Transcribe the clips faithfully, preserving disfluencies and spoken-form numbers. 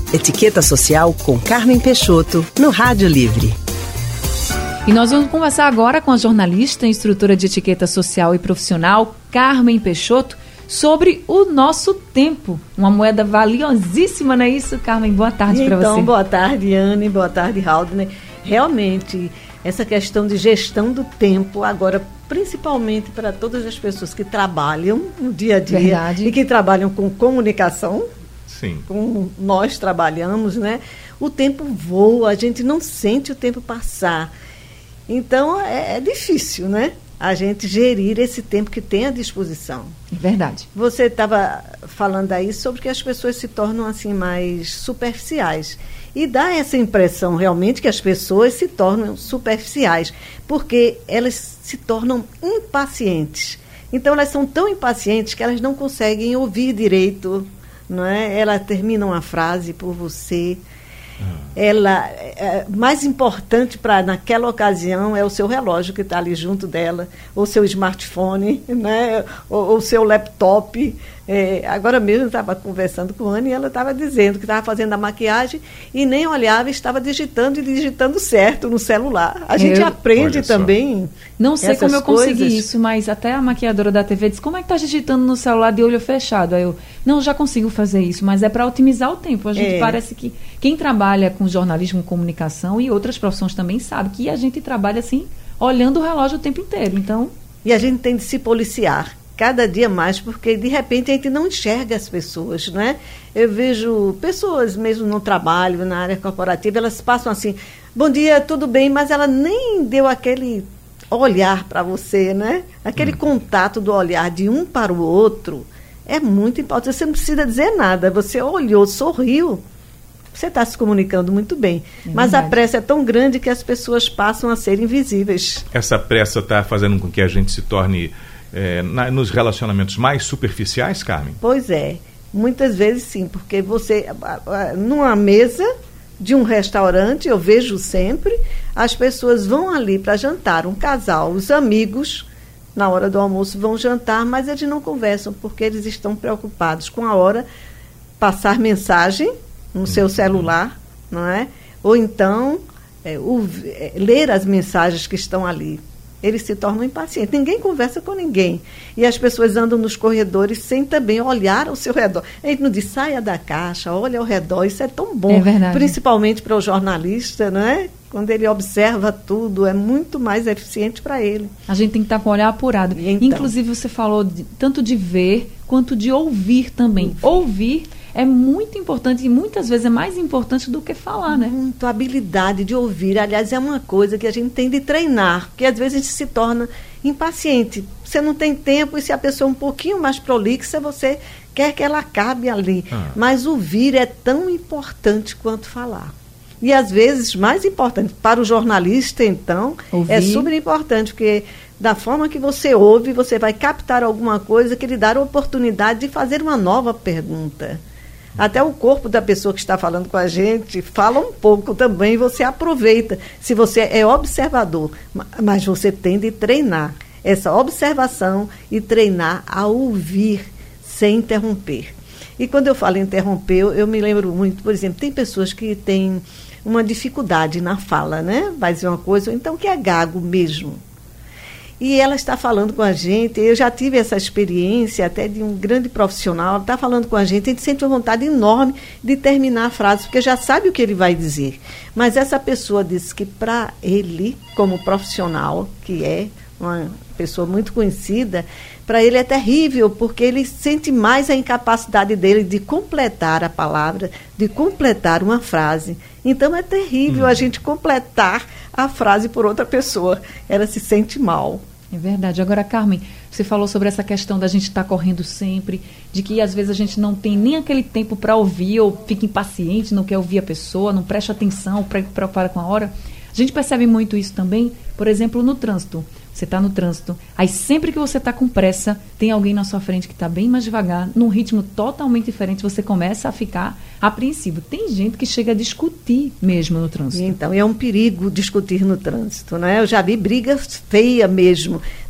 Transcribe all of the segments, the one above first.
Etiqueta Social com Carmen Peixoto, no Rádio Livre. E nós vamos conversar agora com a jornalista, instrutora de etiqueta social e profissional, Carmen Peixoto, sobre o nosso tempo. Uma moeda valiosíssima, não é isso, Carmen? Boa tarde para você. Então, boa tarde, Anne, boa tarde, Haldner. Realmente, essa questão de gestão do tempo, agora, principalmente para todas as pessoas que trabalham no dia a dia. Verdade. E que trabalham com comunicação, sim, como nós trabalhamos, né? O tempo voa, a gente não sente o tempo passar. Então, é, é difícil, né? A gente gerir esse tempo que tem à disposição. Verdade. Você estava falando aí sobre que as pessoas se tornam assim mais superficiais. E dá essa impressão realmente que as pessoas se tornam superficiais, porque elas se tornam impacientes. Então, elas são tão impacientes que elas não conseguem ouvir direito, não é? Elas terminam a frase por você. Ela, é, mais importante para naquela ocasião é o seu relógio que está ali junto dela, ou seu smartphone, né? ou o seu laptop. É, agora mesmo eu estava conversando com a Anne e ela estava dizendo que estava fazendo a maquiagem e nem olhava, estava digitando e digitando certo no celular. A gente eu, aprende também. Não sei como eu coisas. consegui isso, mas até a maquiadora da T V disse: como é que está digitando no celular de olho fechado? Aí eu, não, já consigo fazer isso, mas é para otimizar o tempo. A gente é. parece que quem trabalha com jornalismo, comunicação e outras profissões também sabe que a gente trabalha assim, olhando o relógio o tempo inteiro. Então... E a gente tem de se policiar cada dia mais, porque de repente a gente não enxerga as pessoas, não é? Eu vejo pessoas mesmo no trabalho, na área corporativa, elas passam assim, bom dia, tudo bem, mas ela nem deu aquele olhar para você, né? Aquele hum. contato do olhar de um para o outro é muito importante. Você não precisa dizer nada, você olhou, sorriu, você está se comunicando muito bem. É mas verdade. A pressa é tão grande que as pessoas passam a ser invisíveis. Essa pressa está fazendo com que a gente se torne... É, na, nos relacionamentos mais superficiais, Carmen? Pois é, muitas vezes sim, porque você, numa mesa de um restaurante, eu vejo sempre, as pessoas vão ali para jantar, um casal, os amigos, na hora do almoço vão jantar, mas eles não conversam, porque eles estão preocupados com a hora, passar mensagem no seu uhum. celular, não é? Ou então, é, o, é, ler as mensagens que estão ali. Eles se tornam impacientes. Ninguém conversa com ninguém. E as pessoas andam nos corredores sem também olhar ao seu redor. A gente não diz, saia da caixa, olha ao redor. Isso é tão bom. É verdade. Principalmente para o jornalista, não é? Quando ele observa tudo, é muito mais eficiente para ele. A gente tem que estar com o olhar apurado. Então, inclusive, você falou de, tanto de ver quanto de ouvir também. Ouvir é muito importante e muitas vezes é mais importante do que falar, né? Muito, a habilidade de ouvir. Aliás, é uma coisa que a gente tem de treinar, porque às vezes a gente se torna impaciente. Você não tem tempo e se a pessoa é um pouquinho mais prolixa, você quer que ela acabe ali. Ah. Mas ouvir é tão importante quanto falar. E às vezes, mais importante, para o jornalista, então, ouvir. É super importante, porque da forma que você ouve, você vai captar alguma coisa que lhe dá a oportunidade de fazer uma nova pergunta. Até o corpo da pessoa que está falando com a gente fala um pouco também, você aproveita. Se você é observador, mas você tem de treinar essa observação e treinar a ouvir sem interromper. E quando eu falo interromper, eu, eu me lembro muito, por exemplo, tem pessoas que têm uma dificuldade na fala, né? Vai dizer uma coisa, ou então que é gago mesmo. E ela está falando com a gente, eu já tive essa experiência até de um grande profissional, ela está falando com a gente, a gente sente uma vontade enorme de terminar a frase, porque já sabe o que ele vai dizer. Mas essa pessoa disse que para ele, como profissional, que é uma pessoa muito conhecida, para ele é terrível, porque ele sente mais a incapacidade dele de completar a palavra, de completar uma frase. Então é terrível hum. a gente completar a frase por outra pessoa. Ela se sente mal. É verdade. Agora, Carmen, você falou sobre essa questão da gente estar tá correndo sempre, de que às vezes a gente não tem nem aquele tempo para ouvir, ou fica impaciente, não quer ouvir a pessoa, não presta atenção, preocupada com a hora. A gente percebe muito isso também, por exemplo, no trânsito. Você está no trânsito, aí sempre que você está com pressa, tem alguém na sua frente que está bem mais devagar, num ritmo totalmente diferente, você começa a ficar apreensivo. Tem gente que chega a discutir mesmo no trânsito. Então, é um perigo discutir no trânsito, né? Eu já vi brigas feias mesmo.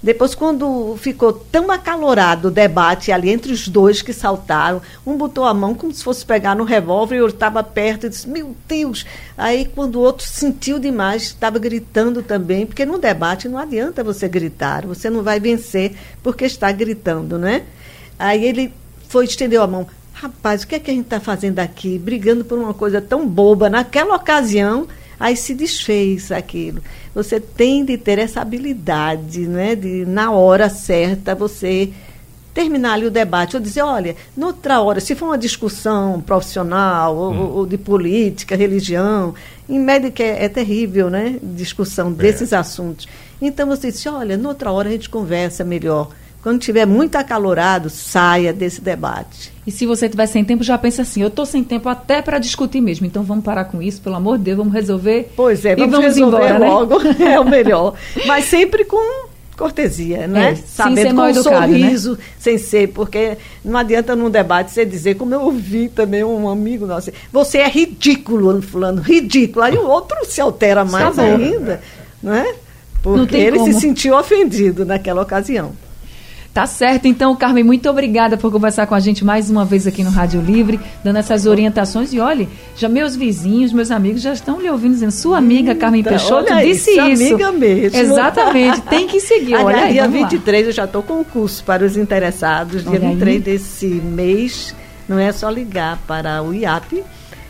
Depois, quando ficou tão acalorado o debate ali entre os dois que saltaram, um botou a mão como se fosse pegar no revólver e eu estava perto e disse, meu Deus! Aí, quando o outro sentiu demais, estava gritando também, porque no debate não adianta você gritar, você não vai vencer porque está gritando, né? Aí ele foi, estendeu a mão. Rapaz, o que é que a gente está fazendo aqui? Brigando por uma coisa tão boba. Naquela ocasião, aí se desfez aquilo. Você tem de ter essa habilidade, né? De, na hora certa, você terminar ali o debate. Ou dizer, olha, noutra hora, se for uma discussão profissional, ou, hum. ou de política, religião, em médica é, é terrível, né? Discussão desses é. assuntos. Então, você disse, olha, noutra hora a gente conversa melhor. Quando estiver muito acalorado, saia desse debate. E se você estiver sem tempo, já pensa assim, eu estou sem tempo até para discutir mesmo, então vamos parar com isso, pelo amor de Deus, vamos resolver. Pois é, vamos, e vamos resolver embora, logo, né? É o melhor. Mas sempre com cortesia, né? É, sabendo, com um educado, sorriso, né? Sem ser, porque não adianta num debate você dizer, como eu ouvi também um amigo nosso, você é ridículo, fulano, ridículo. Aí o outro se altera mais tá ainda, não é? Porque ele como. se sentiu ofendido naquela ocasião. Tá certo, então, Carmen, muito obrigada por conversar com a gente mais uma vez aqui no Rádio Livre, dando essas orientações. E olha, já meus vizinhos, meus amigos já estão lhe ouvindo, dizendo, sua amiga Carmen então, Peixoto disse isso. isso. Amiga mesmo. Exatamente, tem que seguir. Olha Aliás, aí, dia vinte e três eu já estou com o curso para os interessados. Dia olha vinte e três aí. Desse mês, não é só ligar para o I A P,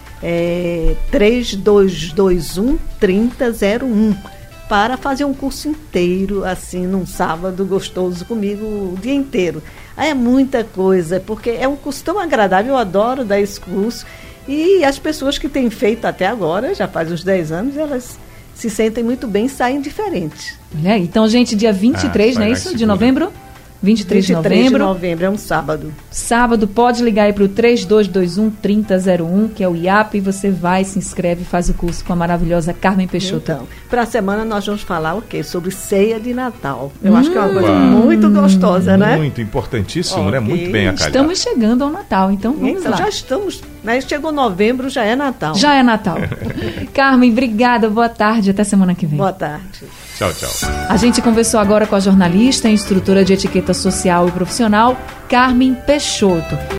é três dois dois um, três zero zero um. para fazer um curso inteiro, assim, num sábado gostoso comigo o dia inteiro. Aí é muita coisa, porque é um curso tão agradável, eu adoro dar esse curso. E as pessoas que têm feito até agora, já faz uns dez anos, elas se sentem muito bem e saem diferentes. Olha aí, então, gente, dia vinte e três, ah, não é isso? De novembro? vinte e três de novembro. de novembro, é um sábado. Sábado, pode ligar aí para o três dois dois um, três zero zero um, que é o I A P, e você vai, se inscreve e faz o curso com a maravilhosa Carmen Peixoto. Então, para a semana nós vamos falar o quê? Sobre ceia de Natal. Eu hum, acho que é uma coisa muito gostosa, né? Muito importantíssimo, okay. né? Muito bem acalhado. Estamos chegando ao Natal, então vamos então, lá. Já estamos, né? Chegou novembro, já é Natal. Já é Natal. Carmen, obrigada, boa tarde, até semana que vem. Boa tarde. Tchau, tchau. A gente conversou agora com a jornalista e instrutora de etiqueta social e profissional, Carmen Peixoto.